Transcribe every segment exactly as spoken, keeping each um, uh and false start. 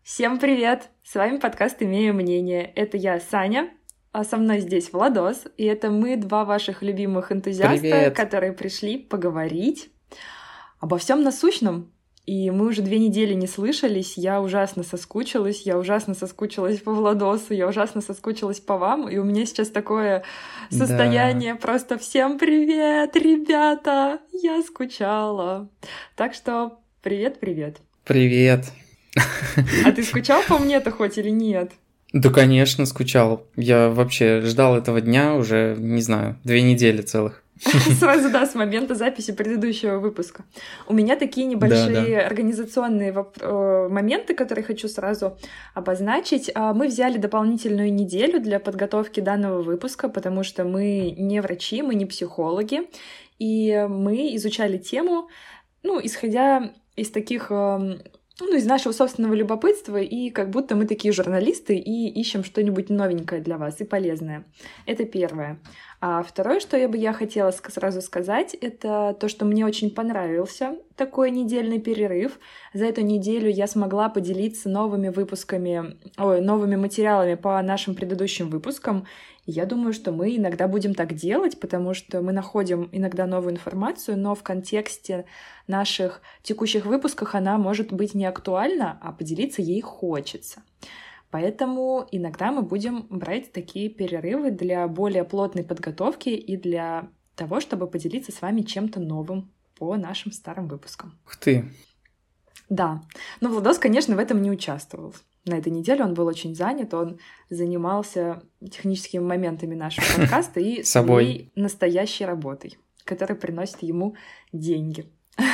Всем привет! С вами подкаст «Имею мнение». Это я, Саня, а со мной здесь Владос, и это мы, два ваших любимых энтузиаста, Привет. которые пришли поговорить обо всем насущном. И мы уже две недели не слышались, я ужасно соскучилась, я ужасно соскучилась по Владосу, я ужасно соскучилась по вам, и у меня сейчас такое состояние Да. просто «Всем привет, ребята! Я скучала!» Так что привет-привет! Привет. А ты скучал по мне-то хоть или нет? Да, конечно, скучал. Я вообще ждал этого дня уже, не знаю, две недели целых. Сразу, да, с момента записи предыдущего выпуска. У меня такие небольшие Да, да. организационные воп- э, моменты, которые хочу сразу обозначить. А, Мы взяли дополнительную неделю для подготовки данного выпуска, потому что мы не врачи, мы не психологи, и мы изучали тему, ну, исходя из таких, эм, ну, из нашего собственного любопытства, и как будто мы такие журналисты и ищем что-нибудь новенькое для вас и полезное. Это первое. А второе, что я бы я хотела ск- сразу сказать, это то, что мне очень понравился такой недельный перерыв. За эту неделю я смогла поделиться новыми выпусками, ой, новыми материалами по нашим предыдущим выпускам. И я думаю, что мы иногда будем так делать, потому что мы находим иногда новую информацию, но в контексте наших текущих выпусков она может быть не актуальна, а поделиться ей хочется. Поэтому иногда мы будем брать такие перерывы для более плотной подготовки и для того, чтобы поделиться с вами чем-то новым по нашим старым выпускам. Ух ты. Да, но Владос, конечно, в этом не участвовал. На этой неделе он был очень занят, он занимался техническими моментами нашего подкаста и Собой. своей настоящей работой, которая приносит ему деньги.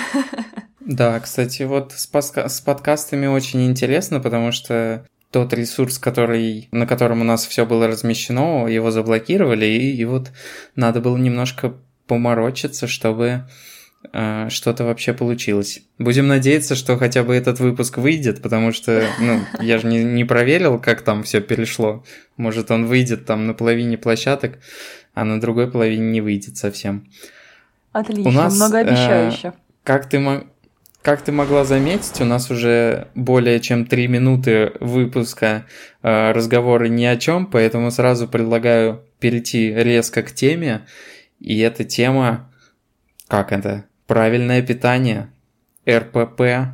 Да, кстати, вот с, паска- с подкастами очень интересно, потому что тот ресурс, который, на котором у нас все было размещено, его заблокировали, и, и вот надо было немножко поморочиться, чтобы э, что-то вообще получилось. Будем надеяться, что хотя бы этот выпуск выйдет, потому что, ну, я же не, не проверил, как там все перешло. Может, он выйдет там на половине площадок, а на другой половине не выйдет совсем. Отлично, У нас, многообещающе. э, как ты мо- как ты могла заметить, у нас уже более чем три минуты выпуска э, разговора ни о чем, поэтому сразу предлагаю перейти резко к теме. И эта тема, как это, правильное питание, эр пэ пэ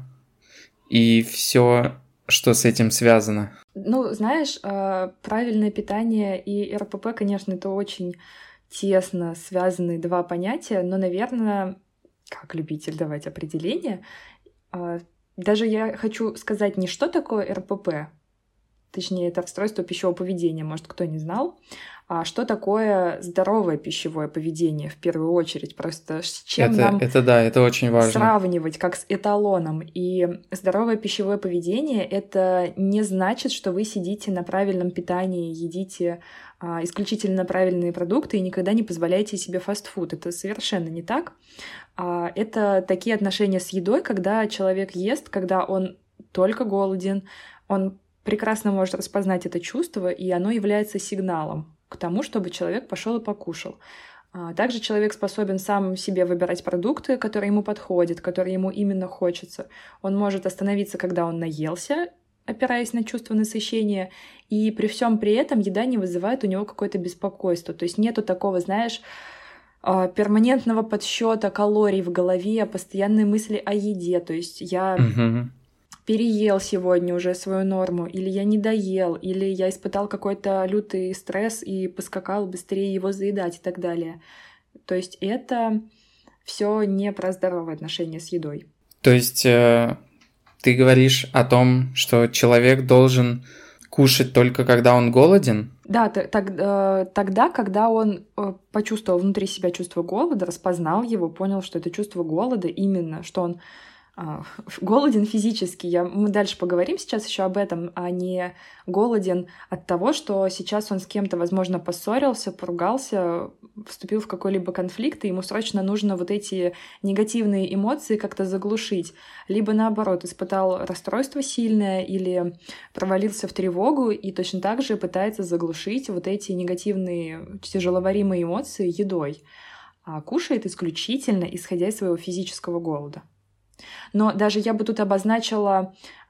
и все, что с этим связано. Ну, знаешь, э, правильное питание и эр пэ пэ, конечно, это очень тесно связанные два понятия, но, наверное, как любитель давать определение, э, даже я хочу сказать не что такое эр пэ пэ, точнее, это расстройство пищевого поведения, может, кто не знал, а что такое здоровое пищевое поведение в первую очередь, просто с чем Это, нам это да, это очень важно. сравнивать, как с эталоном. И здоровое пищевое поведение — это не значит, что вы сидите на правильном питании, едите а, исключительно правильные продукты и никогда не позволяете себе фастфуд. Это совершенно не так. А, это такие отношения с едой, когда человек ест, когда он только голоден, он прекрасно может распознать это чувство, и оно является сигналом к тому, чтобы человек пошел и покушал. Также человек способен сам себе выбирать продукты, которые ему подходят, которые ему именно хочется. Он может остановиться, когда он наелся, опираясь на чувство насыщения, и при всем при этом еда не вызывает у него какое-то беспокойство. То есть нету такого, знаешь, перманентного подсчета калорий в голове, постоянной мысли о еде. То есть я Угу. переел сегодня уже свою норму, или я не доел, или я испытал какой-то лютый стресс и поскакал быстрее его заедать и так далее. То есть это все не про здоровые отношения с едой. То есть э, ты говоришь о том, что человек должен кушать только когда он голоден? Да, т- так- э, тогда, когда он э, почувствовал внутри себя чувство голода, распознал его, понял, что это чувство голода именно, что он а, голоден физически. Я, мы дальше поговорим сейчас еще об этом, а не голоден от того, что сейчас он с кем-то, возможно, поссорился, поругался, вступил в какой-либо конфликт, и ему срочно нужно вот эти негативные эмоции как-то заглушить. Либо наоборот, испытал расстройство сильное или провалился в тревогу и точно так же пытается заглушить вот эти негативные, тяжеловаримые эмоции едой. А кушает исключительно исходя из своего физического голода. Но даже я бы тут обозначила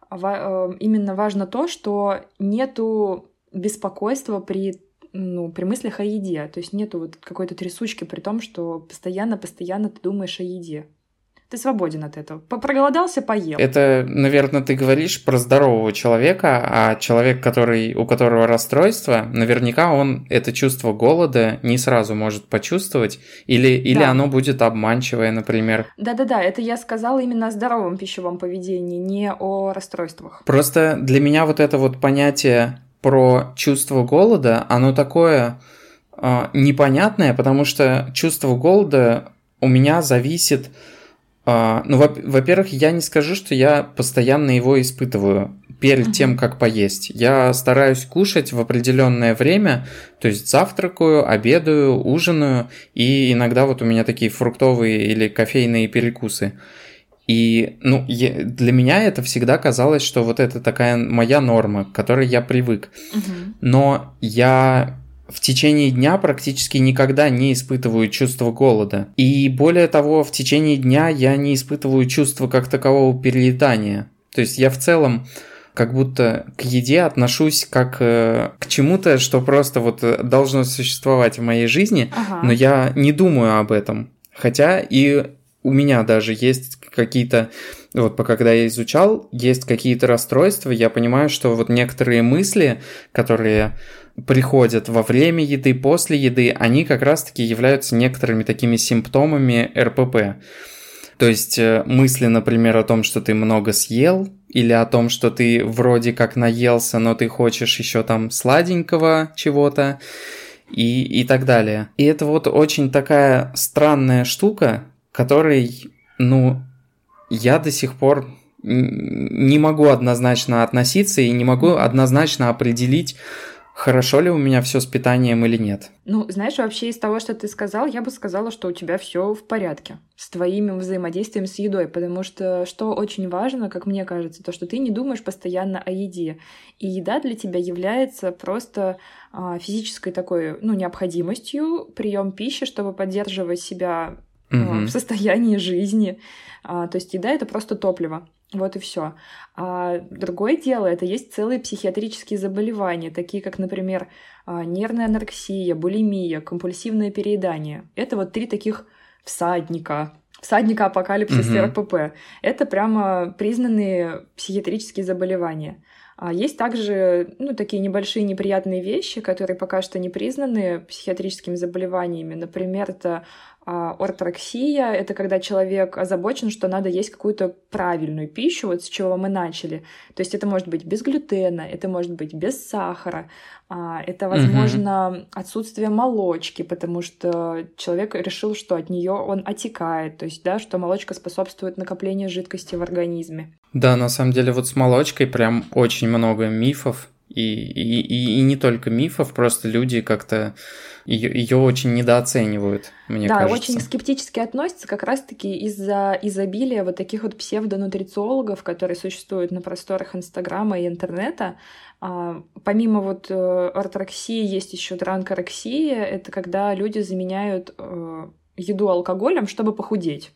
именно важно то, что нету беспокойства при, ну, при мыслях о еде. То есть нету вот какой-то трясучки при том, что постоянно-постоянно ты думаешь о еде. Ты свободен от этого. Проголодался — поел. Это, наверное, ты говоришь про здорового человека, а человек, который, у которого расстройство, наверняка он это чувство голода не сразу может почувствовать, или, или да. оно будет обманчивое, например. Да-да-да, это я сказала именно о здоровом пищевом поведении, не о расстройствах. Просто для меня вот это вот понятие про чувство голода, оно такое э, непонятное, потому что чувство голода у меня зависит... Ну, во-первых, я не скажу, что я постоянно его испытываю перед uh-huh. тем, как поесть. Я стараюсь кушать в определенное время, то есть завтракаю, обедаю, ужинаю, и иногда вот у меня такие фруктовые или кофейные перекусы. И, ну, для меня это всегда казалось, что вот это такая моя норма, к которой я привык. Uh-huh. Но я... в течение дня практически никогда не испытываю чувство голода. И более того, в течение дня я не испытываю чувства как такового переедания. То есть я в целом как будто к еде отношусь как э, к чему-то, что просто вот должно существовать в моей жизни, ага. но я не думаю об этом. Хотя и у меня даже есть какие-то... Вот когда я изучал, есть какие-то расстройства, я понимаю, что вот некоторые мысли, которые... приходят во время еды, после еды, они как раз-таки являются некоторыми такими симптомами эр пэ пэ. То есть мысли, например, о том, что ты много съел, или о том, что ты вроде как наелся, но ты хочешь еще там сладенького чего-то, и, и так далее. И это вот очень такая странная штука, которой, ну, я до сих пор не могу однозначно относиться и не могу однозначно определить, хорошо ли у меня все с питанием или нет. Ну, знаешь, вообще из того, что ты сказал, я бы сказала, что у тебя все в порядке с твоим взаимодействием с едой, потому что что очень важно, как мне кажется, то, что ты не думаешь постоянно о еде. И еда для тебя является просто а, физической такой, ну, необходимостью, прием пищи, чтобы поддерживать себя mm-hmm. а, в состоянии жизни. А, то есть еда — это просто топливо. Вот и все. А другое дело, это есть целые психиатрические заболевания, такие как, например, нервная анорексия, булимия, компульсивное переедание. Это вот три таких всадника. Всадника апокалипсис mm-hmm. эр пэ пэ. Это прямо признанные психиатрические заболевания. А есть также, ну, такие небольшие неприятные вещи, которые пока что не признаны психиатрическими заболеваниями. Например, это а, орторексия. Это когда человек озабочен, что надо есть какую-то правильную пищу, вот с чего мы начали. То есть это может быть без глютена, это может быть без сахара, а, это, возможно, mm-hmm. отсутствие молочки, потому что человек решил, что от нее он отекает, то есть, да, что молочка способствует накоплению жидкости в организме. Да, на самом деле вот с молочкой прям очень много мифов, и, и, и, и не только мифов, просто люди как-то ее, ее очень недооценивают, мне да, кажется. Да, очень скептически относятся как раз-таки из-за изобилия вот таких вот псевдонутрициологов, которые существуют на просторах Инстаграма и интернета. А, помимо вот орторексии есть еще дранкорексия, это когда люди заменяют э, еду алкоголем, чтобы похудеть.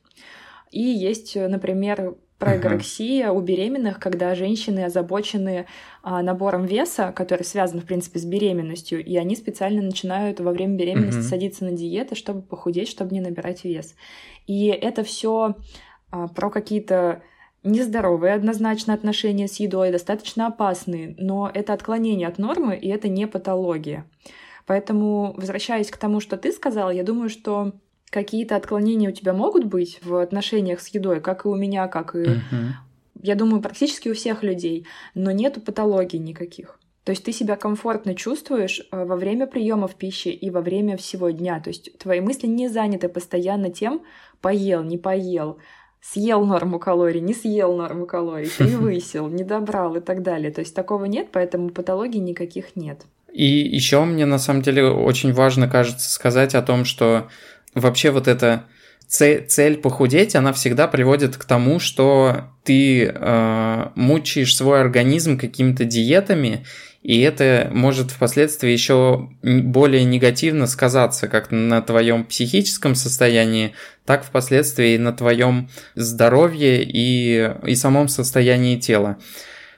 И есть, например, прогорексия uh-huh. у беременных, когда женщины озабочены а, набором веса, который связан, в принципе, с беременностью, и они специально начинают во время беременности uh-huh. садиться на диеты, чтобы похудеть, чтобы не набирать вес. И это все а, про какие-то нездоровые однозначно отношения с едой, достаточно опасные, но это отклонение от нормы, и это не патология. Поэтому, возвращаясь к тому, что ты сказала, я думаю, что какие-то отклонения у тебя могут быть в отношениях с едой, как и у меня, как и, uh-huh. я думаю, практически у всех людей, но нету патологий никаких. То есть ты себя комфортно чувствуешь во время приемов пищи и во время всего дня. То есть твои мысли не заняты постоянно тем, поел, не поел, съел норму калорий, не съел норму калорий, превысил, не добрал и так далее. То есть такого нет, поэтому патологий никаких нет. И еще мне на самом деле очень важно, кажется, сказать о том, что вообще вот эта цель, цель похудеть, она всегда приводит к тому, что ты э, мучаешь свой организм какими-то диетами, и это может впоследствии еще более негативно сказаться как на твоем психическом состоянии, так впоследствии и на твоем здоровье и, и самом состоянии тела.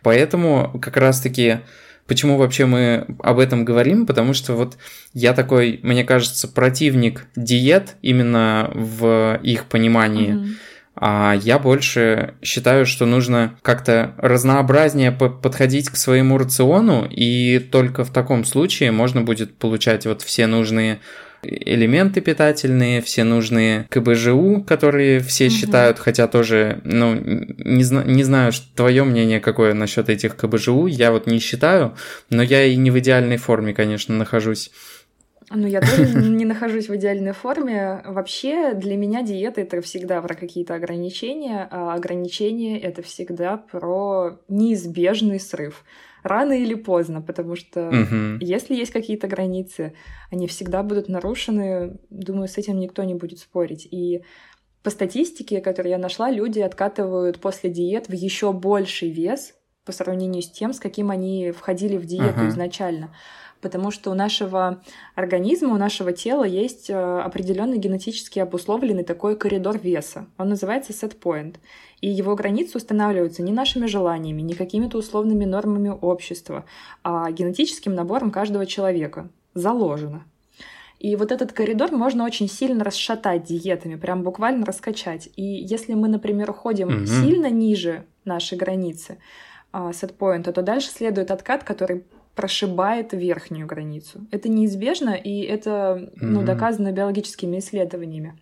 Поэтому как раз-таки... Почему вообще мы об этом говорим? Потому что вот я такой, мне кажется, противник диет именно в их понимании. Mm-hmm. А я больше считаю, что нужно как-то разнообразнее подходить к своему рациону, и только в таком случае можно будет получать вот все нужные элементы питательные, все нужные ка бэ жэ у, которые все mm-hmm. считают, хотя тоже, ну, не, зна- не знаю, твое мнение какое насчет этих ка бэ жэ у, я вот не считаю, но я и не в идеальной форме, конечно, нахожусь. Ну, я тоже не нахожусь в идеальной форме. Вообще, для меня диета — это всегда про какие-то ограничения, а ограничения — это всегда про неизбежный срыв. Рано или поздно, потому что угу. если есть какие-то границы, они всегда будут нарушены. Думаю, с этим никто не будет спорить. И по статистике, которую я нашла, люди откатывают после диет в еще больший вес по сравнению с тем, с каким они входили в диету ага. изначально. Потому что у нашего организма, у нашего тела есть определенный генетически обусловленный такой коридор веса. Он называется set point. И его границы устанавливаются не нашими желаниями, не какими-то условными нормами общества, а генетическим набором каждого человека. Заложено. И вот этот коридор можно очень сильно расшатать диетами, прям буквально раскачать. И если мы, например, уходим mm-hmm. сильно ниже нашей границы, set point, то дальше следует откат, который прошибает верхнюю границу. Это неизбежно, и это mm-hmm. ну, доказано биологическими исследованиями.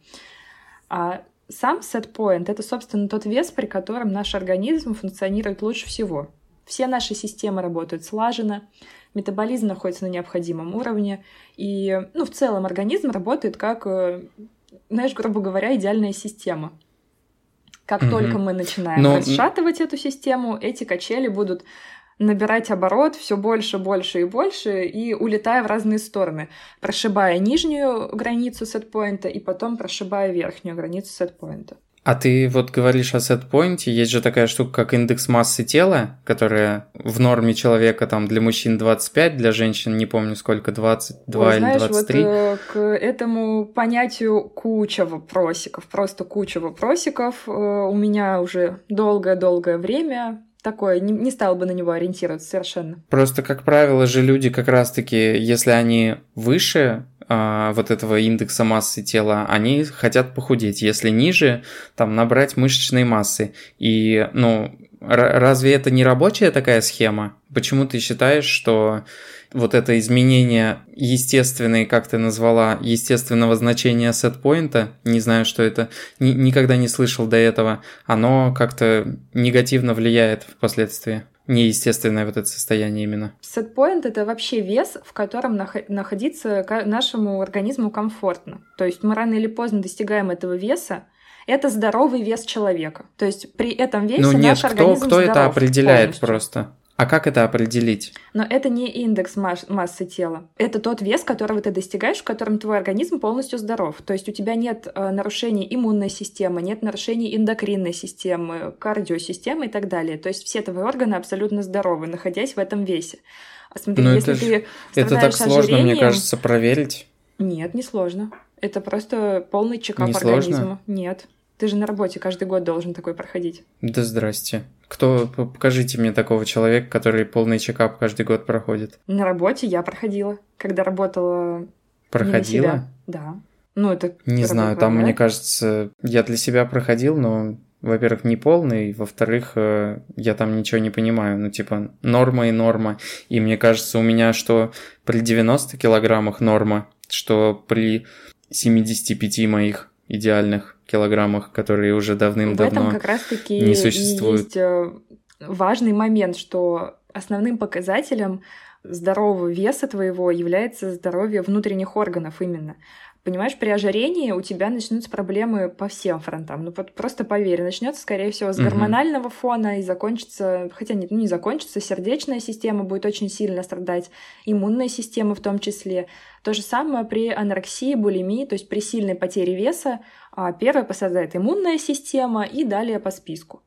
А сам set point — это, собственно, тот вес, при котором наш организм функционирует лучше всего. Все наши системы работают слаженно, метаболизм находится на необходимом уровне, и ну, в целом организм работает как, знаешь, грубо говоря, идеальная система. Как mm-hmm. только мы начинаем Но... расшатывать эту систему, эти качели будут набирать оборот все больше, больше и больше, и улетая в разные стороны, прошибая нижнюю границу сетпоинта и потом прошибая верхнюю границу сетпоинта. А ты вот говоришь о сетпоинте, есть же такая штука, как индекс массы тела, которая в норме человека там для мужчин двадцать пять, для женщин не помню сколько, двадцать два Ой, или знаешь, двадцать три. Вот, к этому понятию куча вопросиков, просто куча вопросиков. У меня уже долгое-долгое время такое, не, не стала бы на него ориентироваться совершенно. Просто, как правило же, люди как раз-таки, если они выше а, вот этого индекса массы тела, они хотят похудеть. Если ниже, там, набрать мышечной массы. И, ну, р- разве это не рабочая такая схема? Почему ты считаешь, что вот это изменение естественной, как ты назвала, естественного значения сетпоинта, не знаю, что это, ни, никогда не слышал до этого, оно как-то негативно влияет впоследствии? Неестественное вот это состояние именно. Сетпоинт — это вообще вес, в котором нах- находиться нашему организму комфортно. То есть мы рано или поздно достигаем этого веса. Это здоровый вес человека. То есть при этом весе ну, нет, наш кто, организм кто здоров это определяет полностью. Просто? А как это определить? Но это не индекс масс- массы тела. Это тот вес, которого ты достигаешь, в котором твой организм полностью здоров. То есть у тебя нет э, нарушений иммунной системы, нет нарушений эндокринной системы, кардиосистемы и так далее. То есть все твои органы абсолютно здоровы, находясь в этом весе. А смотри, Но если это, ты это так сложно, мне кажется, проверить. Нет, не сложно. Это просто полный чекап не организма. Сложно? Нет. Ты же на работе каждый год должен такой проходить. Да здрасте. Кто, покажите мне такого человека, который полный чекап каждый год проходит. На работе я проходила, когда работала. Проходила? Да. Ну, это... Не знаю, там, мне кажется, я для себя проходил, но, во-первых, не полный, во-вторых, я там ничего не понимаю. Ну, типа, норма и норма. И мне кажется, у меня что при девяноста килограммах норма, что при семидесяти пяти моих идеальных килограммах, которые уже давным-давно как раз-таки не существуют. Есть важный момент, что основным показателем здорового веса твоего является здоровье внутренних органов именно. Понимаешь, при ожирении у тебя начнутся проблемы по всем фронтам. Ну, просто поверь, начнется, скорее всего, с гормонального фона и закончится, хотя нет, ну, не закончится, сердечная система будет очень сильно страдать, иммунная система в том числе. То же самое при анорексии, булимии, то есть при сильной потере веса. Первая пострадает иммунная система и далее по списку.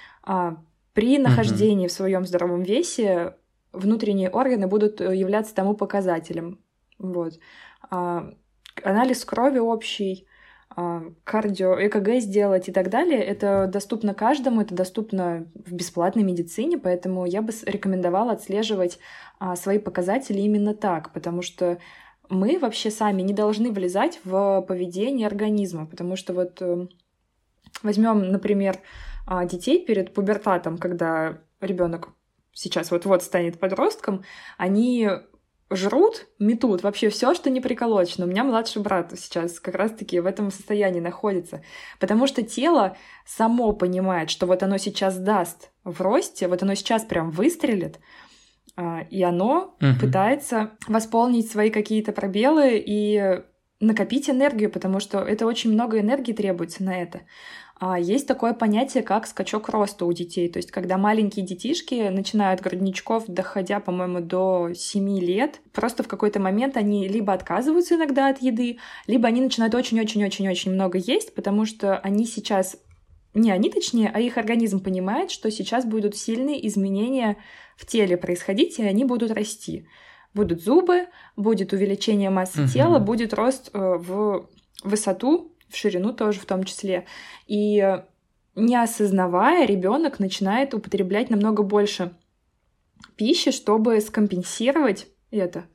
При нахождении mm-hmm. в своем здоровом весе внутренние органы будут являться тому показателем. Вот. Анализ крови общий, кардио, ЭКГ сделать и так далее. Это доступно каждому, это доступно в бесплатной медицине, поэтому я бы рекомендовала отслеживать свои показатели именно так, потому что мы вообще сами не должны влезать в поведение организма, потому что вот возьмем, например, детей перед пубертатом, когда ребенок сейчас вот-вот станет подростком, они жрут, метут вообще все, что не приколочено. У меня младший брат сейчас как раз-таки в этом состоянии находится, потому что тело само понимает, что вот оно сейчас даст в росте, вот оно сейчас прям выстрелит, и оно угу. пытается восполнить свои какие-то пробелы и накопить энергию, потому что это очень много энергии требуется на это. Есть такое понятие, как скачок роста у детей. То есть, когда маленькие детишки начинают грудничков, доходя, по-моему, до семи лет, просто в какой-то момент они либо отказываются иногда от еды, либо они начинают очень-очень-очень-очень много есть, потому что они сейчас... Не они, точнее, а их организм понимает, что сейчас будут сильные изменения в теле происходить, и они будут расти. Будут зубы, будет увеличение массы угу. тела, будет рост в высоту, в ширину тоже в том числе. И не осознавая, ребенок начинает употреблять намного больше пищи, чтобы скомпенсировать это.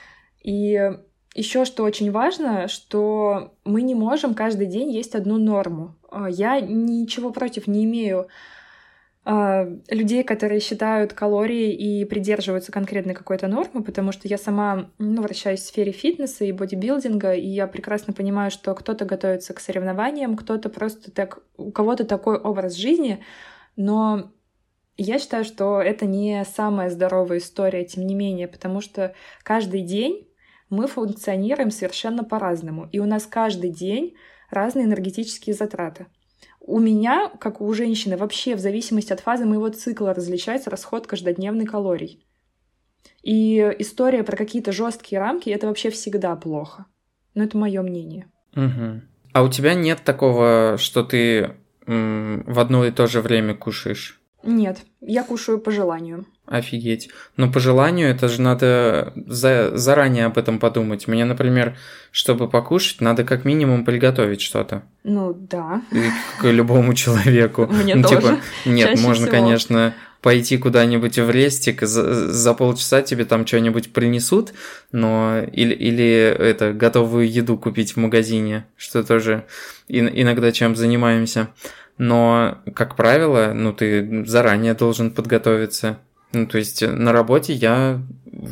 И еще что очень важно, что мы не можем каждый день есть одну норму. Я ничего против не имею людей, которые считают калории и придерживаются конкретной какой-то нормы, потому что я сама ну, вращаюсь в сфере фитнеса и бодибилдинга, и я прекрасно понимаю, что кто-то готовится к соревнованиям, кто-то просто так, у кого-то такой образ жизни, но я считаю, что это не самая здоровая история, тем не менее, потому что каждый день мы функционируем совершенно по-разному, и у нас каждый день разные энергетические затраты. У меня, как у женщины, вообще в зависимости от фазы моего цикла различается расход каждодневных калорий. И история про какие-то жесткие рамки — это вообще всегда плохо. Но это мое мнение. Угу. А у тебя нет такого, что ты м- в одно и то же время кушаешь? Нет, я кушаю по желанию. Офигеть. Но по желанию это же надо за, заранее об этом подумать. Мне, например, чтобы покушать, надо как минимум приготовить что-то. Ну да. И к любому человеку. Мне ну, тоже. Типа, нет, Чаще можно, всего. конечно, пойти куда-нибудь в рестик, за, за полчаса тебе там что-нибудь принесут, но или, или это готовую еду купить в магазине, что тоже иногда чем занимаемся. Но, как правило, ну ты заранее должен подготовиться. Ну, то есть на работе я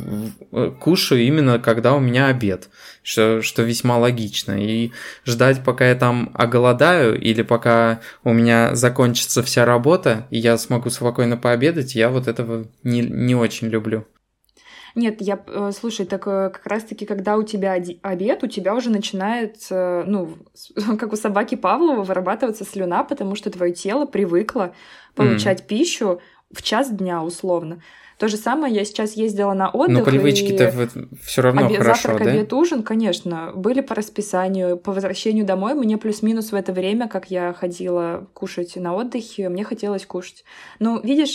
кушаю именно когда у меня обед, что, что весьма логично. И ждать, пока я там оголодаю или пока у меня закончится вся работа, и я смогу спокойно пообедать, я вот этого не, не очень люблю. Нет, я, слушай, так как раз-таки, когда у тебя обед, у тебя уже начинает, ну, как у собаки Павлова, вырабатываться слюна, потому что твое тело привыкло получать mm. пищу в час дня, условно. То же самое, я сейчас ездила на отдых. Но привычки-то все равно обед, хорошо, завтрак, да? Обед, ужин, конечно, были по расписанию. По возвращению домой мне плюс-минус в это время, как я ходила кушать на отдыхе, мне хотелось кушать. Ну, видишь,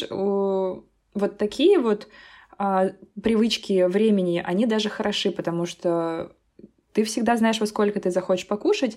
вот такие вот а, привычки времени, они даже хороши, потому что ты всегда знаешь, во сколько ты захочешь покушать,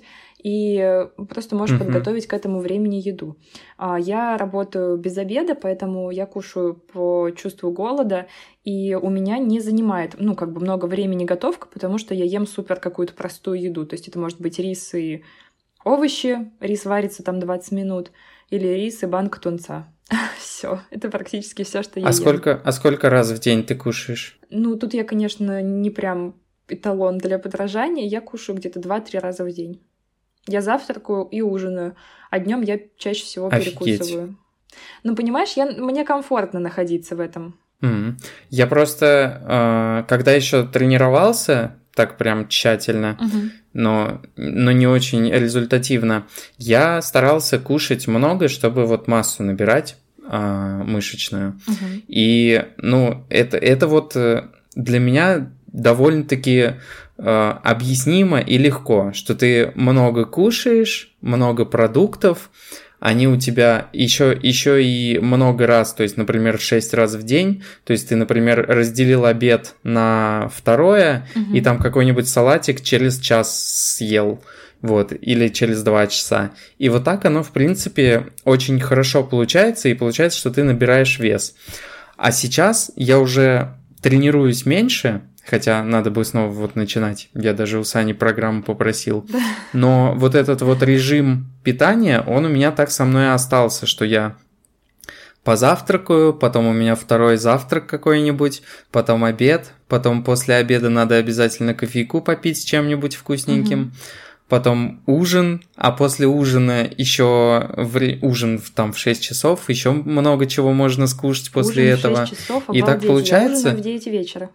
и просто можешь uh-huh. подготовить к этому времени еду. Я работаю без обеда, поэтому я кушаю по чувству голода, и у меня не занимает, ну, как бы много времени готовка, потому что я ем супер какую-то простую еду. То есть это может быть рис и овощи, рис варится там двадцать минут, или рис и банка тунца. Все, это практически все, что я а ем. Сколько, а сколько раз в день ты кушаешь? Ну, тут я, конечно, не прям эталон для подражания, я кушаю где-то два-три раза в день. Я завтракаю и ужинаю, а днем я чаще всего Офигеть. перекусываю. Ну, понимаешь, я, мне комфортно находиться в этом. Mm-hmm. Я просто, э, когда еще тренировался, так прям тщательно, uh-huh. но, но не очень результативно, я старался кушать много, чтобы вот массу набирать э, мышечную. Uh-huh. И, ну, это, это вот для меня довольно-таки э, объяснимо и легко, что ты много кушаешь, много продуктов, они у тебя еще, еще и много раз, то есть, например, шесть раз в день, то есть ты, например, разделил обед на второе, угу. и там какой-нибудь салатик через час съел, вот, или через два часа. И вот так оно, в принципе, очень хорошо получается, и получается, что ты набираешь вес. А сейчас я уже тренируюсь меньше, хотя надо бы снова вот начинать. Я даже у Сани программу попросил. Но вот этот вот режим питания, он у меня так со мной и остался, что я позавтракаю, потом у меня второй завтрак какой-нибудь, потом обед, потом после обеда надо обязательно кофейку попить с чем-нибудь вкусненьким, угу. Потом ужин, а после ужина еще в... ужин там в шесть часов, еще много чего можно скушать после ужин этого. В шесть часов, и так получается. Я ужинаю в девять вечера.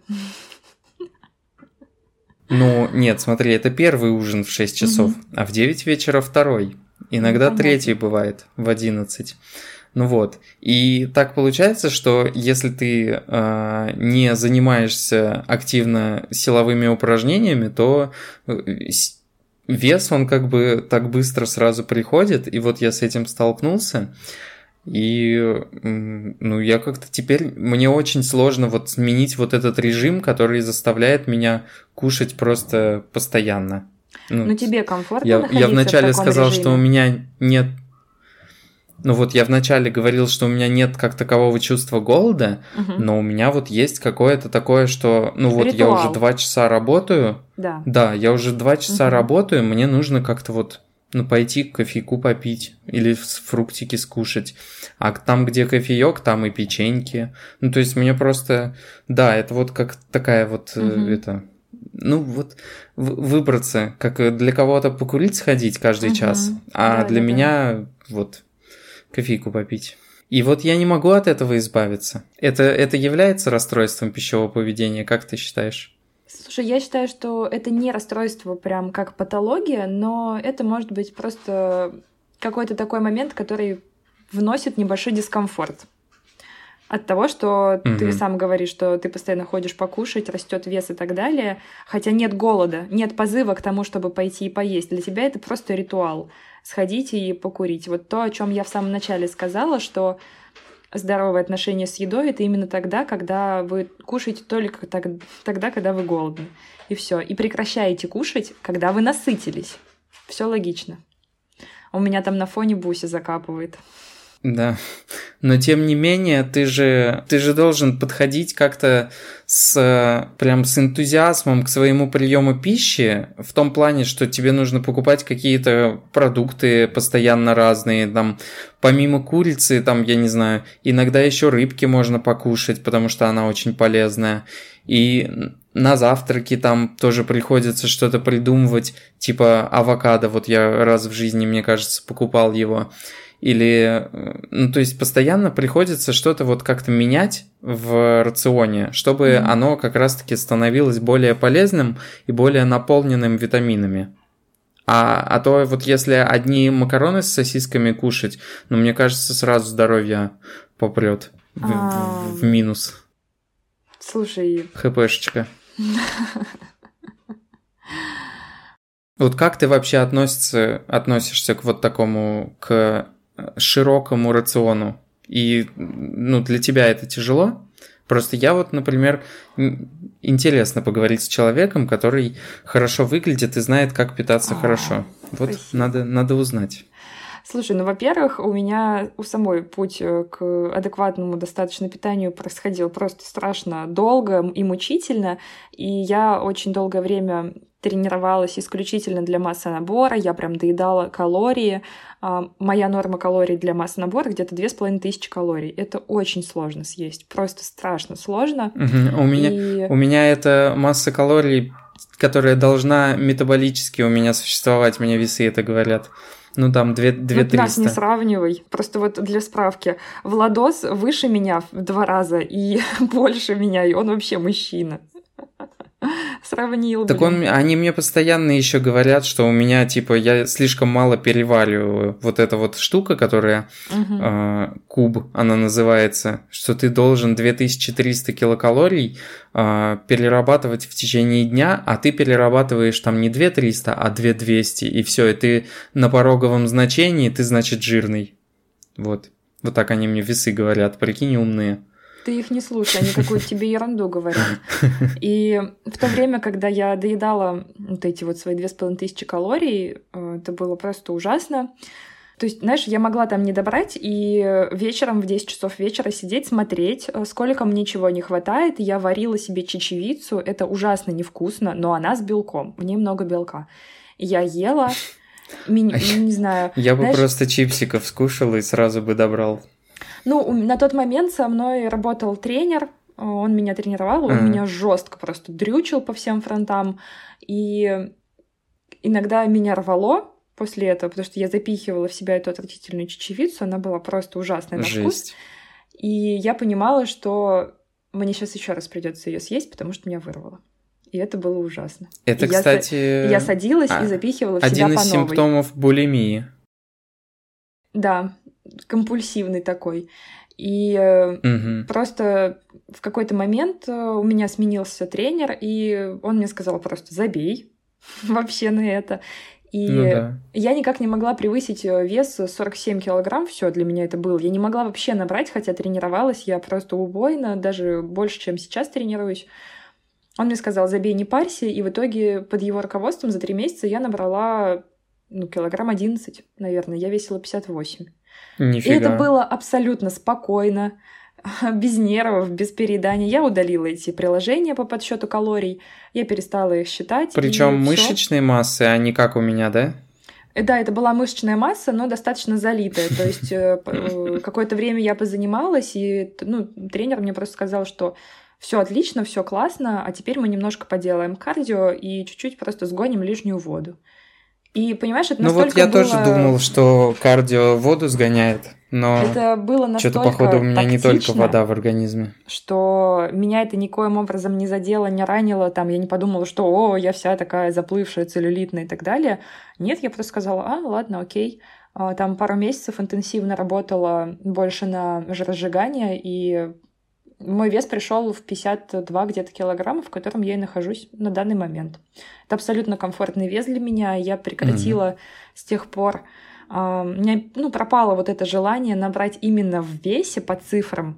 Ну, нет, смотри, это первый ужин в шесть часов, угу. а в девять вечера второй. Иногда ну, третий бывает в одиннадцать. Ну вот, и так получается, что если ты э, не занимаешься активно силовыми упражнениями, то вес, он как бы так быстро сразу приходит, и вот я с этим столкнулся, и ну, я как-то теперь, мне очень сложно вот сменить вот этот режим, который заставляет меня кушать просто постоянно. Ну, Но тебе комфортно я, находиться я вначале в таком сказал, режиме? что у меня нет... Ну вот я вначале говорил, что у меня нет как такового чувства голода, угу. но у меня вот есть какое-то такое, что, ну вот Ритуал. Я уже два часа работаю, да, да я уже два часа угу. работаю, мне нужно как-то вот, ну пойти кофейку попить или фруктики скушать, а там, где кофеек, там и печеньки, ну то есть мне просто, да, это вот как такая вот, угу. это... Ну, вот выбраться, как для кого-то покурить сходить каждый угу. час, а да, для да, меня да. вот кофейку попить. И вот я не могу от этого избавиться. Это, это является расстройством пищевого поведения, как ты считаешь? Слушай, я считаю, что это не расстройство прям как патология, но это может быть просто какой-то такой момент, который вносит небольшой дискомфорт. От того, что угу. ты сам говоришь, что ты постоянно ходишь покушать, растет вес и так далее, хотя нет голода, нет позыва к тому, чтобы пойти и поесть. Для тебя это просто ритуал. Сходить и покурить. Вот то, о чем я в самом начале сказала, что здоровое отношение с едой — это именно тогда, когда вы кушаете только так, тогда, когда вы голодны. И все. И прекращаете кушать, когда вы насытились. Все логично. У меня там на фоне Буся закапывает. Да, но тем не менее, ты же, ты же должен подходить как-то с, прям с энтузиазмом к своему приему пищи, в том плане, что тебе нужно покупать какие-то продукты постоянно разные, там, помимо курицы, там, я не знаю, иногда еще рыбки можно покушать, потому что она очень полезная, и на завтраки там тоже приходится что-то придумывать, типа авокадо, вот я раз в жизни, мне кажется, покупал его. Или, ну, то есть постоянно приходится что-то вот как-то менять в рационе, чтобы mm-hmm. оно как раз-таки становилось более полезным и более наполненным витаминами. А, а то вот если одни макароны с сосисками кушать, ну, мне кажется, сразу здоровье попрет в, а... в, в минус. Слушай... ХПшечка. Вот как ты вообще относишься, относишься к вот такому, к широкому рациону? И, ну, для тебя это тяжело? Просто я вот, например, интересно поговорить с человеком, который хорошо выглядит и знает, как питаться а, хорошо. Вот надо, надо узнать. Слушай, ну, во-первых, у меня у самой путь к адекватному достаточно питанию происходил просто страшно долго и мучительно, и я очень долгое время тренировалась исключительно для массонабора, я прям доедала калории. Моя норма калорий для массонабора где-то две с половиной тысячи калорий. Это очень сложно съесть, просто страшно сложно. Угу. У меня, и... у меня это масса калорий, которая должна метаболически у меня существовать, мне весы это говорят. Ну, там, две триста. Ну, нас не сравнивай. Просто вот для справки. Владос выше меня в два раза и больше меня, и он вообще мужчина. Сравнил, так он, они мне постоянно еще говорят, что у меня, типа, я слишком мало перевариваю. Вот эта вот штука, которая угу. э, куб, она называется, что ты должен две тысячи триста килокалорий э, перерабатывать в течение дня, а ты перерабатываешь там не две тысячи триста, а две тысячи двести, и все, и ты на пороговом значении, ты, значит, жирный. Вот. Вот так они мне весы говорят, прикинь, умные. Ты их не слушай, они какую-то тебе ерунду говорят. И в то время, когда я доедала вот эти вот свои две с половиной тысячи калорий, это было просто ужасно. То есть, знаешь, я могла там не добрать и вечером в десять часов вечера сидеть, смотреть, сколько мне чего не хватает. Я варила себе чечевицу, это ужасно невкусно, но она с белком, в ней много белка. Я ела, ми- не знаю... Я бы знаешь, просто чипсиков скушал и сразу бы добрал. Ну, на тот момент со мной работал тренер, он меня тренировал, он Ага. меня жестко просто дрючил по всем фронтам, и иногда меня рвало после этого, потому что я запихивала в себя эту отвратительную чечевицу, она была просто ужасная на вкус, Жесть. и я понимала, что мне сейчас еще раз придется ее съесть, потому что меня вырвало. И это было ужасно. Это, И я, кстати, я садилась а, и запихивала в себя один по из новой. симптомов булимии. Да, компульсивный такой. И э, Мгм. просто в какой-то момент э, у меня сменился тренер, и он мне сказал просто «забей вообще на это». И Ну да. я никак не могла превысить э, вес сорок семь килограмм, все для меня это было. Я не могла вообще набрать, хотя тренировалась я просто убойно, даже больше, чем сейчас тренируюсь. Он мне сказал «забей, не парься», и в итоге под его руководством за три месяца я набрала ну, килограмм одиннадцать, наверное, я весила пятьдесят восемь. Нифига. И это было абсолютно спокойно, без нервов, без переедания. Я удалила эти приложения по подсчету калорий, я перестала их считать. Причем и всё. мышечные массы, а не как у меня, да? Э, Да, это была мышечная масса, но достаточно залитая. То есть э, п- э, какое-то время я позанималась, и т- ну, тренер мне просто сказал, что все отлично, все классно, а теперь мы немножко поделаем кардио и чуть-чуть просто сгоним лишнюю воду. И понимаешь, это Ну вот настолько я было... тоже думал, что кардио воду сгоняет, но Это было что-то, настолько походу, у меня не только тактично, вода в организме. что меня это никоим образом не задело, не ранило, там, я не подумала, что «О, я вся такая заплывшая, целлюлитная» и так далее. Нет, я просто сказала «А, ладно, окей». А, Там пару месяцев интенсивно работала больше на жиросжигание, и мой вес пришел в пятьдесят два где-то килограмма, в котором я и нахожусь на данный момент. Это абсолютно комфортный вес для меня. Я прекратила с тех пор... а, У меня ну, пропало вот это желание набрать именно в весе по цифрам.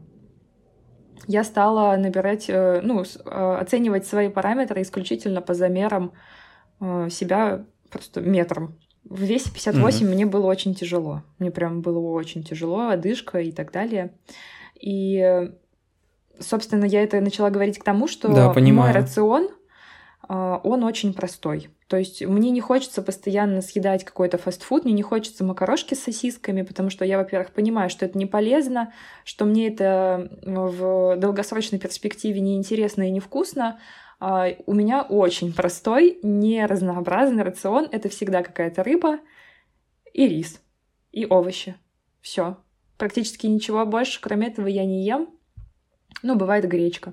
Я стала набирать, э, ну, с- э, оценивать свои параметры исключительно по замерам э, себя просто метром. В весе пятьдесят восемь мне было очень тяжело. Мне прям было очень тяжело, одышка и так далее. И, э, собственно, я это начала говорить к тому, что Да, мой понимаю. рацион, а, он очень простой. То есть мне не хочется постоянно съедать какой-то фастфуд, мне не хочется макарошки с сосисками, потому что я, во-первых, понимаю, что это не полезно, что мне это в долгосрочной перспективе неинтересно и невкусно. А У меня очень простой, не разнообразный рацион. Это всегда какая-то рыба и рис, и овощи. Все. Практически ничего больше, кроме этого, я не ем. Ну, бывает гречка.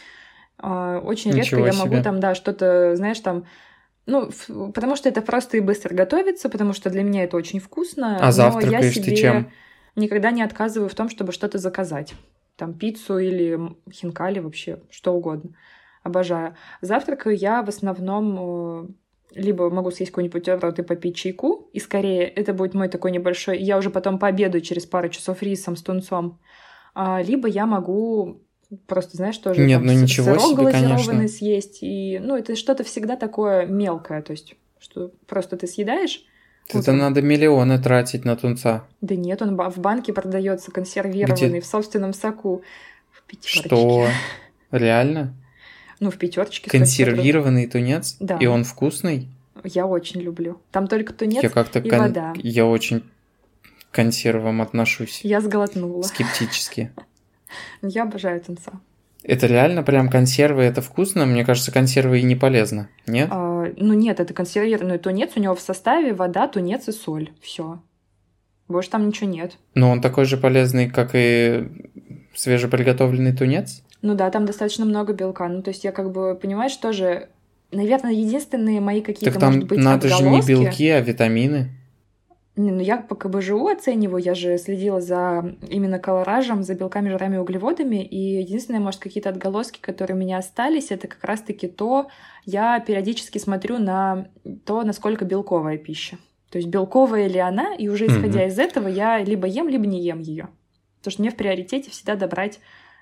А, Очень редко Ничего я могу себе. там, да, что-то, знаешь, там... Ну, ф- потому что это просто и быстро готовится, потому что для меня это очень вкусно, А но я завтракаешь ты себе чем? никогда не отказываю в том, чтобы что-то заказать. Там пиццу или м, хинкали, вообще что угодно. Обожаю. Завтракаю я в основном э, либо могу съесть какой-нибудь бутерброд и попить чайку, и скорее это будет мой такой небольшой... Я уже потом пообедаю через пару часов рисом с тунцом. А, либо я могу просто, знаешь, тоже Нет, там ну с- ничего сырок себе, глазированный конечно. съесть. И, ну, это что-то всегда такое мелкое, то есть, что просто ты съедаешь Это утром. надо миллионы тратить на тунца. Да нет, он ба- в банке продается консервированный, Где? в собственном соку. В пятерочке. Что? Реально? Ну, в пятерочке стоит пятьсот рублей. Консервированный тунец? Да. И он вкусный? Я очень люблю. Там только тунец Я как-то и кон- вода. я очень к консервам отношусь Я сглотнула. скептически. Я обожаю тунца. Это реально прям консервы, это вкусно? Мне кажется, консервы и не полезно, нет? А, ну нет, это консервированный тунец, у него в составе вода, тунец и соль. Все. Больше там ничего нет. Но он такой же полезный, как и свежеприготовленный тунец? Ну да, там достаточно много белка. Ну, то есть я как бы, понимаешь, тоже... Наверное, единственные мои какие-то, Так там может быть, надо же не отголоски... белки, а витамины. Не, ну я по КБЖУ оцениваю, я же следила за именно колоражем, за белками, жирами, углеводами, и единственное, может, какие-то отголоски, которые у меня остались, это как раз-таки то, я периодически смотрю на то, насколько белковая пища. То есть белковая ли она, и уже исходя Мгм. из этого я либо ем, либо не ем ее. Потому что мне в приоритете всегда добрать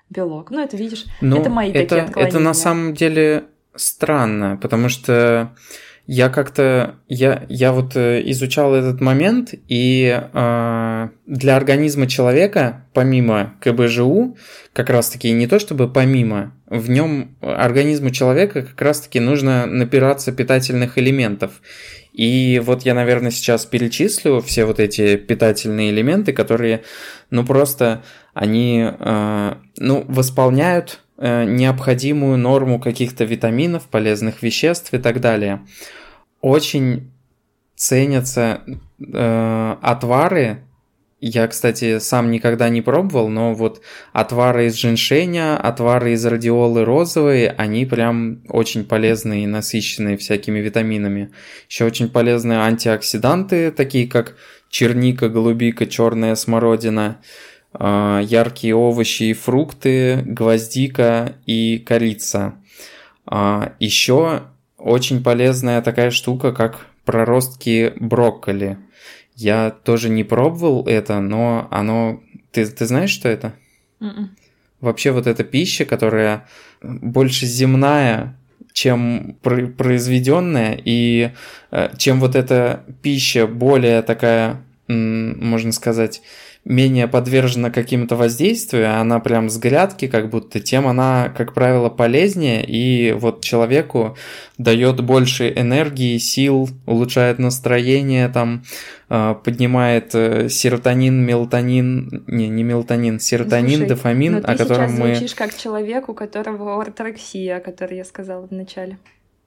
белок. Ну, это, видишь, ну, это мои это, такие отклонения. Это на самом деле странно, потому что я как-то, я, я вот изучал этот момент, и э, для организма человека, помимо ка бэ жэ у, как раз-таки не то чтобы помимо, в нем организму человека как раз-таки нужно набираться питательных элементов. И вот я, наверное, сейчас перечислю все вот эти питательные элементы, которые, ну, просто они, э, ну, восполняют э, необходимую норму каких-то витаминов, полезных веществ и так далее. Очень ценятся э, отвары. Я, кстати, сам никогда не пробовал, но вот отвары из женьшеня, отвары из радиолы розовой, они прям очень полезные и насыщенные всякими витаминами. Еще очень полезные антиоксиданты, такие как черника, голубика, черная смородина, э, яркие овощи и фрукты, гвоздика и корица. Э, еще очень полезная такая штука, как проростки брокколи. Я тоже не пробовал это, но оно... Ты, ты знаешь, что это? Mm-mm. Вообще вот эта пища, которая больше земная, чем произведенная, и чем вот эта пища более такая, можно сказать, менее подвержена каким-то воздействию, она прям с грядки как будто, тем она, как правило, полезнее, и вот человеку дает больше энергии, сил, улучшает настроение, там, поднимает серотонин, мелатонин, не, не мелатонин, серотонин, Слушай, дофамин, но ты о котором сейчас мы... звучишь как человек, у которого орторексия, о которой я сказала в начале.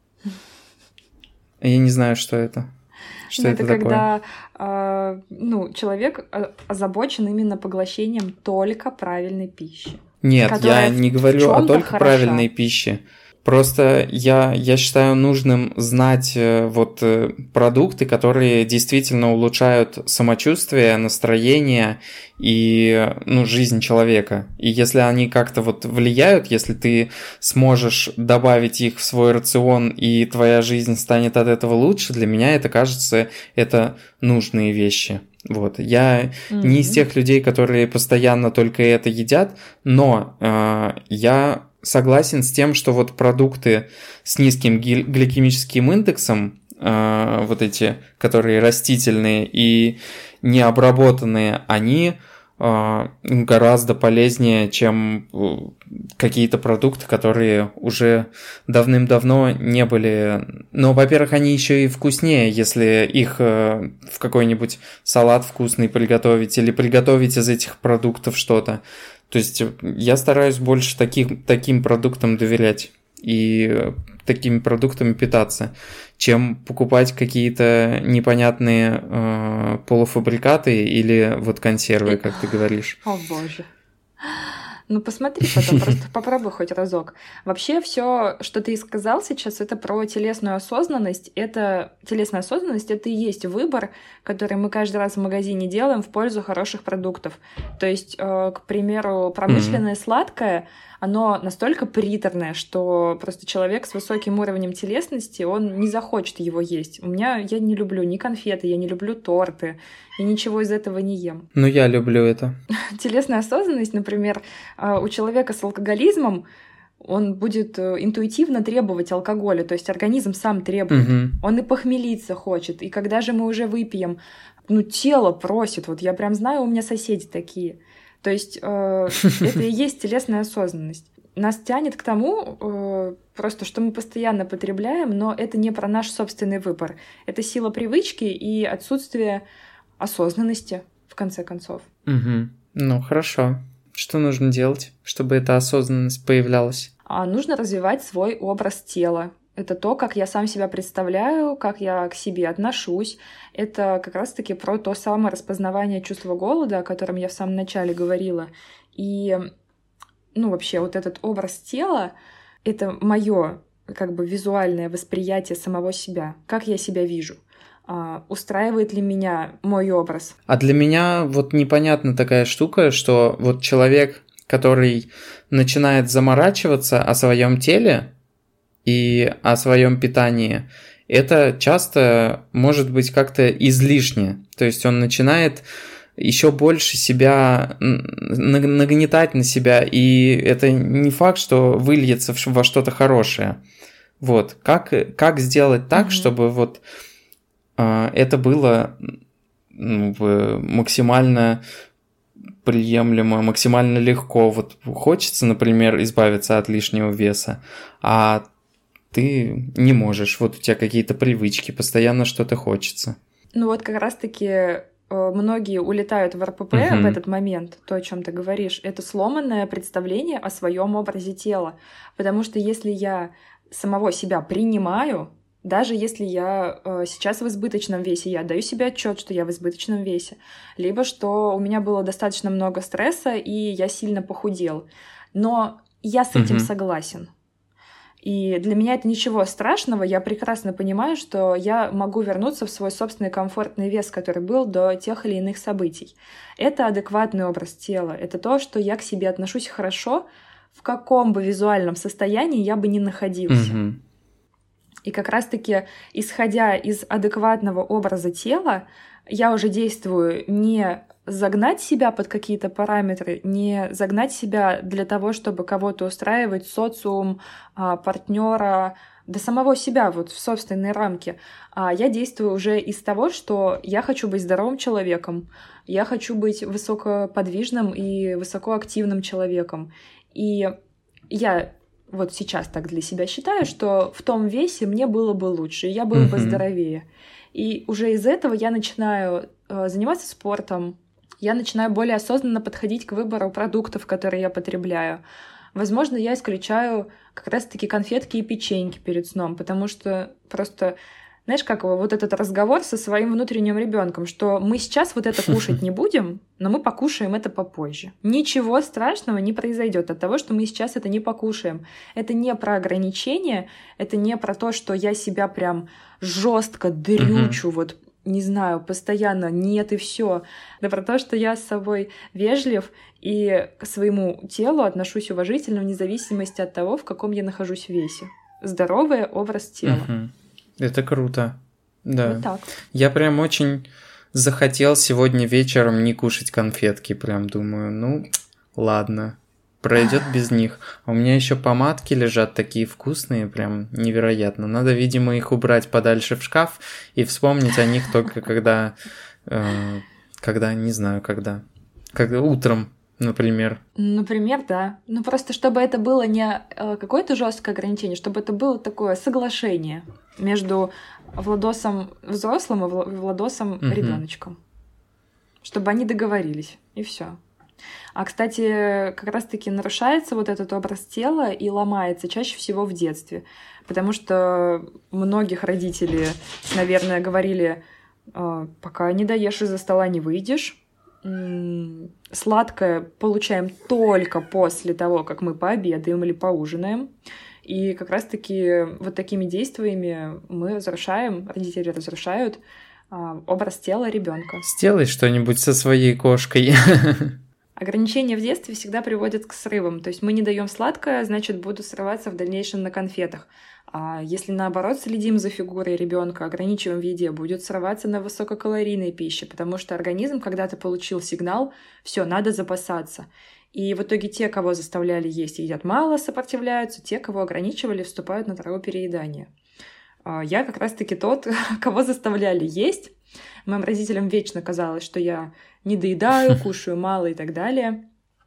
Я не знаю, что это. Что ну, это, это такое? когда э, ну, человек озабочен именно поглощением только правильной пищи. Нет, я не говорю о только хороша. правильной пище. Просто я, я считаю нужным знать вот продукты, которые действительно улучшают самочувствие, настроение и, ну, жизнь человека. И если они как-то вот влияют, если ты сможешь добавить их в свой рацион, и твоя жизнь станет от этого лучше, для меня это кажется, это нужные вещи. Вот. Я mm-hmm. не из тех людей, которые постоянно только это едят, но э, я согласен с тем, что вот продукты с низким гликемическим индексом, э, вот эти, которые растительные и необработанные, они э, гораздо полезнее, чем какие-то продукты, которые уже давным-давно не были... Но, во-первых, они еще и вкуснее, если их э, в какой-нибудь салат вкусный приготовить или приготовить из этих продуктов что-то. То есть я стараюсь больше таких, таким продуктам доверять и такими продуктами питаться, чем покупать какие-то непонятные э, полуфабрикаты или вот консервы, как ты говоришь. О боже. Ну, посмотри потом, просто попробуй хоть разок. Вообще, все, что ты сказал сейчас, это про телесную осознанность. Это телесная осознанность, это и есть выбор, который мы каждый раз в магазине делаем в пользу хороших продуктов. То есть, э, к примеру, промышленное mm-hmm. сладкое, оно настолько приторное, что просто человек с высоким уровнем телесности, он не захочет его есть. У меня, я не люблю ни конфеты, я не люблю торты, и ничего из этого не ем. Ну, я люблю это. Телесная осознанность, например, у человека с алкоголизмом, он будет интуитивно требовать алкоголя, то есть организм сам требует. Угу. Он и похмелиться хочет. И когда же мы уже выпьем, ну, тело просит. Вот я прям знаю, у меня соседи такие. То есть э, это и есть телесная осознанность. Нас тянет к тому, э, просто что мы постоянно потребляем, но это не про наш собственный выбор. Это сила привычки и отсутствие осознанности, в конце концов. Угу. Ну, хорошо. Что нужно делать, чтобы эта осознанность появлялась? А нужно развивать свой образ тела. Это то, как я сам себя представляю, как я к себе отношусь. Это как раз-таки про то самое распознавание чувства голода, о котором я в самом начале говорила. И, ну, вообще, вот этот образ тела — это мое как бы визуальное восприятие самого себя, как я себя вижу. А, устраивает ли меня мой образ? А для меня вот непонятна такая штука, что вот человек, который начинает заморачиваться о своем теле и о своем питании, это часто может быть как-то излишне. То есть он начинает еще больше себя нагнетать на себя, и это не факт, что выльется во что-то хорошее. Вот, как, как сделать так, mm-hmm. чтобы вот а, это было ну, максимально приемлемо, максимально легко. Вот хочется, например, избавиться от лишнего веса, а ты не можешь, вот у тебя какие-то привычки, постоянно что-то хочется. Ну вот как раз-таки многие улетают в эр пэ пэ uh-huh. в этот момент, то, о чем ты говоришь, это сломанное представление о своем образе тела. Потому что если я самого себя принимаю, даже если я э, сейчас в избыточном весе, я даю себе отчет, что я в избыточном весе, либо что у меня было достаточно много стресса, и я сильно похудел. Но я с этим uh-huh. согласен. И для меня это ничего страшного, я прекрасно понимаю, что я могу вернуться в свой собственный комфортный вес, который был до тех или иных событий. Это адекватный образ тела, это то, что я к себе отношусь хорошо, в каком бы визуальном состоянии я бы ни находился. Mm-hmm. И как раз-таки, исходя из адекватного образа тела, я уже действую не загнать себя под какие-то параметры, не загнать себя для того, чтобы кого-то устраивать, социум, партнера, до самого себя вот в собственной рамке. А я действую уже из того, что я хочу быть здоровым человеком, я хочу быть высокоподвижным и высокоактивным человеком. И я вот сейчас так для себя считаю, что в том весе мне было бы лучше, я была бы здоровее. И уже из этого я начинаю э, заниматься спортом, я начинаю более осознанно подходить к выбору продуктов, которые я потребляю. Возможно, я исключаю как раз-таки конфетки и печеньки перед сном, потому что просто, знаешь, как его, вот этот разговор со своим внутренним ребенком, что мы сейчас вот это кушать не будем, но мы покушаем это попозже. Ничего страшного не произойдет от того, что мы сейчас это не покушаем. Это не про ограничения, это не про то, что я себя прям жестко дрючу, uh-huh. вот не знаю, постоянно нет и все. Да про то, что я с собой вежлив и к своему телу отношусь уважительно вне зависимости от того, в каком я нахожусь весе. Здоровый образ тела. Uh-huh. Это круто. Да. Вот так. Я прям очень захотел сегодня вечером не кушать конфетки. Прям думаю, ну, ладно, пройдет без них. А у меня еще помадки лежат такие вкусные, прям невероятно. Надо, видимо, их убрать подальше в шкаф и вспомнить о них только когда, э, когда, не знаю, когда, когда утром. Например. Например, да. Ну просто чтобы это было не какое-то жесткое ограничение, чтобы это было такое соглашение между Владосом взрослым и Владосом угу. ребеночком. Чтобы они договорились, и все. А, кстати, как раз-таки нарушается вот этот образ тела и ломается чаще всего в детстве. Потому что многих родителей, наверное, говорили, пока не доешь из-за стола, не выйдешь. Сладкое получаем только после того, как мы пообедаем или поужинаем. И как раз-таки вот такими действиями мы разрушаем, родители разрушают образ тела ребенка. Сделай что-нибудь со своей кошкой. Ограничения в детстве всегда приводят к срывам. То есть мы не даем сладкое, значит, буду срываться в дальнейшем на конфетах. А если, наоборот, следим за фигурой ребенка, ограничиваем в еде, будет срываться на высококалорийной пище, потому что организм, когда ты получил сигнал, все, надо запасаться. И в итоге те, кого заставляли есть, едят мало, сопротивляются, те, кого ограничивали, вступают на тропу переедания. Я как раз-таки тот, кого заставляли есть. Моим родителям вечно казалось, что я не доедаю, кушаю мало и так далее.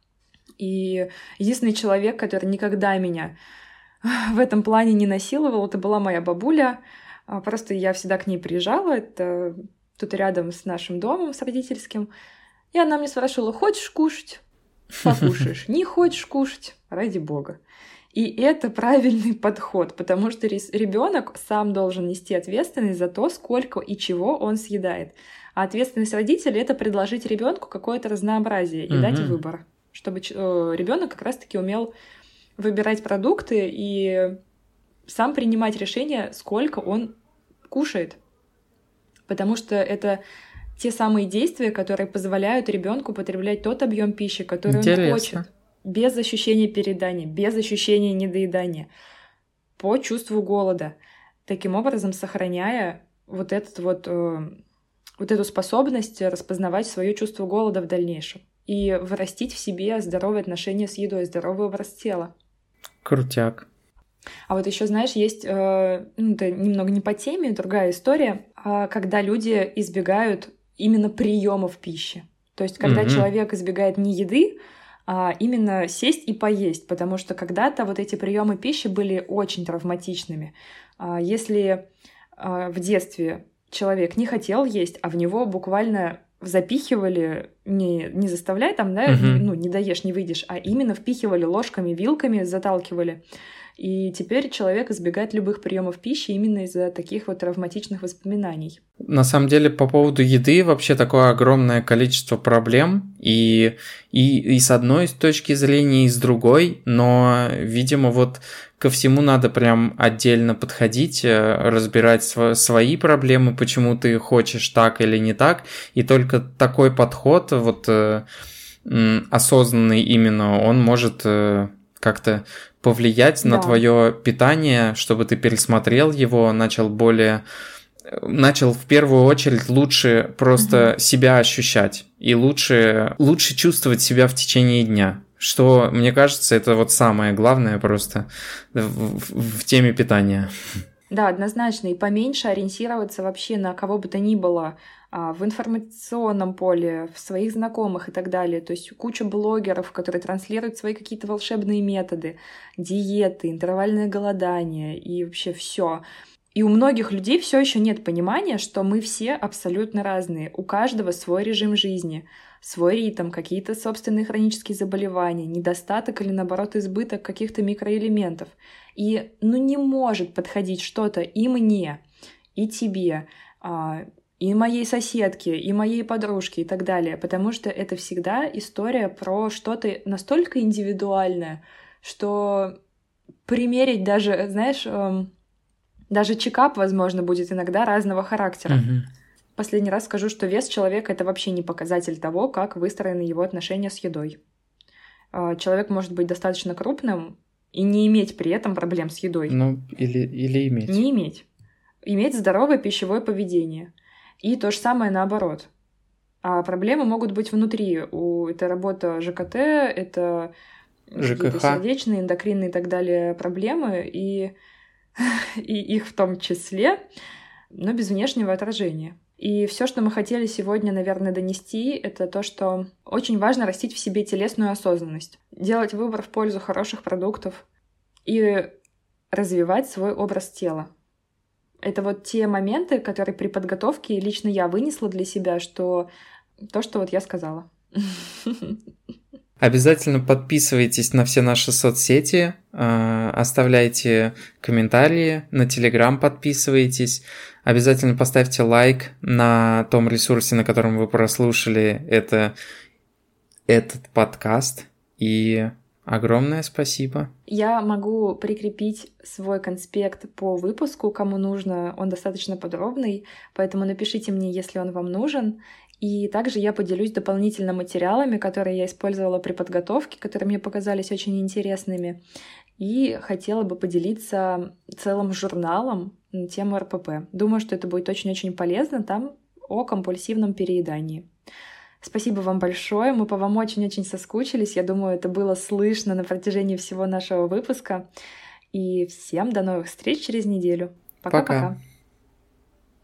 И единственный человек, который никогда меня в этом плане не насиловал, это была моя бабуля. Просто я всегда к ней приезжала, это тут рядом с нашим домом, с родительским. И она мне спрашивала: хочешь кушать? Покушаешь. Не хочешь кушать? Ради бога. И это правильный подход, потому что ребенок сам должен нести ответственность за то, сколько и чего он съедает. А ответственность родителей — это предложить ребенку какое-то разнообразие и mm-hmm. дать выбор, чтобы ребенок как раз-таки умел выбирать продукты и сам принимать решение, сколько он кушает. Потому что это те самые действия, которые позволяют ребенку потреблять тот объем пищи, который Интересно. он хочет. Без ощущения переедания, без ощущения недоедания, по чувству голода. Таким образом, сохраняя вот этот вот э, вот эту способность распознавать свое чувство голода в дальнейшем и вырастить в себе здоровые отношения с едой, здоровый образ тела. Крутяк. А вот еще, знаешь, есть, э, ну, это немного не по теме, другая история, э, когда люди избегают именно приемов пищи. То есть, когда mm-hmm. человек избегает не еды, а именно сесть и поесть, потому что когда-то вот эти приемы пищи были очень травматичными. А если э, в детстве человек не хотел есть, а в него буквально запихивали, не, не заставляя там, да, mm-hmm. ну, не доешь, не выйдешь, а именно впихивали ложками, вилками, заталкивали. И теперь человек избегает любых приемов пищи именно из-за таких вот травматичных воспоминаний. На самом деле, по поводу еды вообще такое огромное количество проблем, и, и, и с одной точки зрения, и с другой, но, видимо, вот ко всему надо прям отдельно подходить, разбирать св- свои проблемы, почему ты хочешь так или не так, и только такой подход, вот э, осознанный именно, он может э, как-то повлиять да. на твое питание, чтобы ты пересмотрел его, начал более... Начал в первую очередь лучше просто угу. себя ощущать и лучше, лучше чувствовать себя в течение дня. Что, мне кажется, это вот самое главное просто в, в, в теме питания. Да, однозначно. И поменьше ориентироваться вообще на кого бы то ни было в информационном поле, в своих знакомых и так далее. То есть куча блогеров, которые транслируют свои какие-то волшебные методы, диеты, интервальное голодание и вообще все. И у многих людей все еще нет понимания, что мы все абсолютно разные. У каждого свой режим жизни, свой ритм, какие-то собственные хронические заболевания, недостаток или, наоборот, избыток каких-то микроэлементов. И ну не может подходить что-то и мне, и тебе, и моей соседке, и моей подружке, и так далее, потому что это всегда история про что-то настолько индивидуальное, что примерить даже, знаешь, даже чекап, возможно, будет иногда разного характера. Mm-hmm. Последний раз скажу, что вес человека — это вообще не показатель того, как выстроены его отношения с едой. Человек может быть достаточно крупным и не иметь при этом проблем с едой. Ну, или, или иметь. Не иметь. Иметь здоровое пищевое поведение. И то же самое наоборот. А проблемы могут быть внутри. У, это работа ЖКТ, это ЖКХ. Сердечные, эндокринные и так далее проблемы, и, и их в том числе, но без внешнего отражения. И все, что мы хотели сегодня, наверное, донести, это то, что очень важно растить в себе телесную осознанность, делать выбор в пользу хороших продуктов и развивать свой образ тела. Это вот те моменты, которые при подготовке лично я вынесла для себя, что то, что вот я сказала. Обязательно подписывайтесь на все наши соцсети, оставляйте комментарии, на Телеграм подписывайтесь, обязательно поставьте лайк на том ресурсе, на котором вы прослушали это, этот подкаст, и огромное спасибо. Я могу прикрепить свой конспект по выпуску, кому нужно, он достаточно подробный, поэтому напишите мне, если он вам нужен. И также я поделюсь дополнительно материалами, которые я использовала при подготовке, которые мне показались очень интересными. И хотела бы поделиться целым журналом на тему эр пэ пэ. Думаю, что это будет очень-очень полезно. Там о компульсивном переедании. Спасибо вам большое. Мы по вам очень-очень соскучились. Я думаю, это было слышно на протяжении всего нашего выпуска. И всем до новых встреч через неделю. Пока-пока. Пока.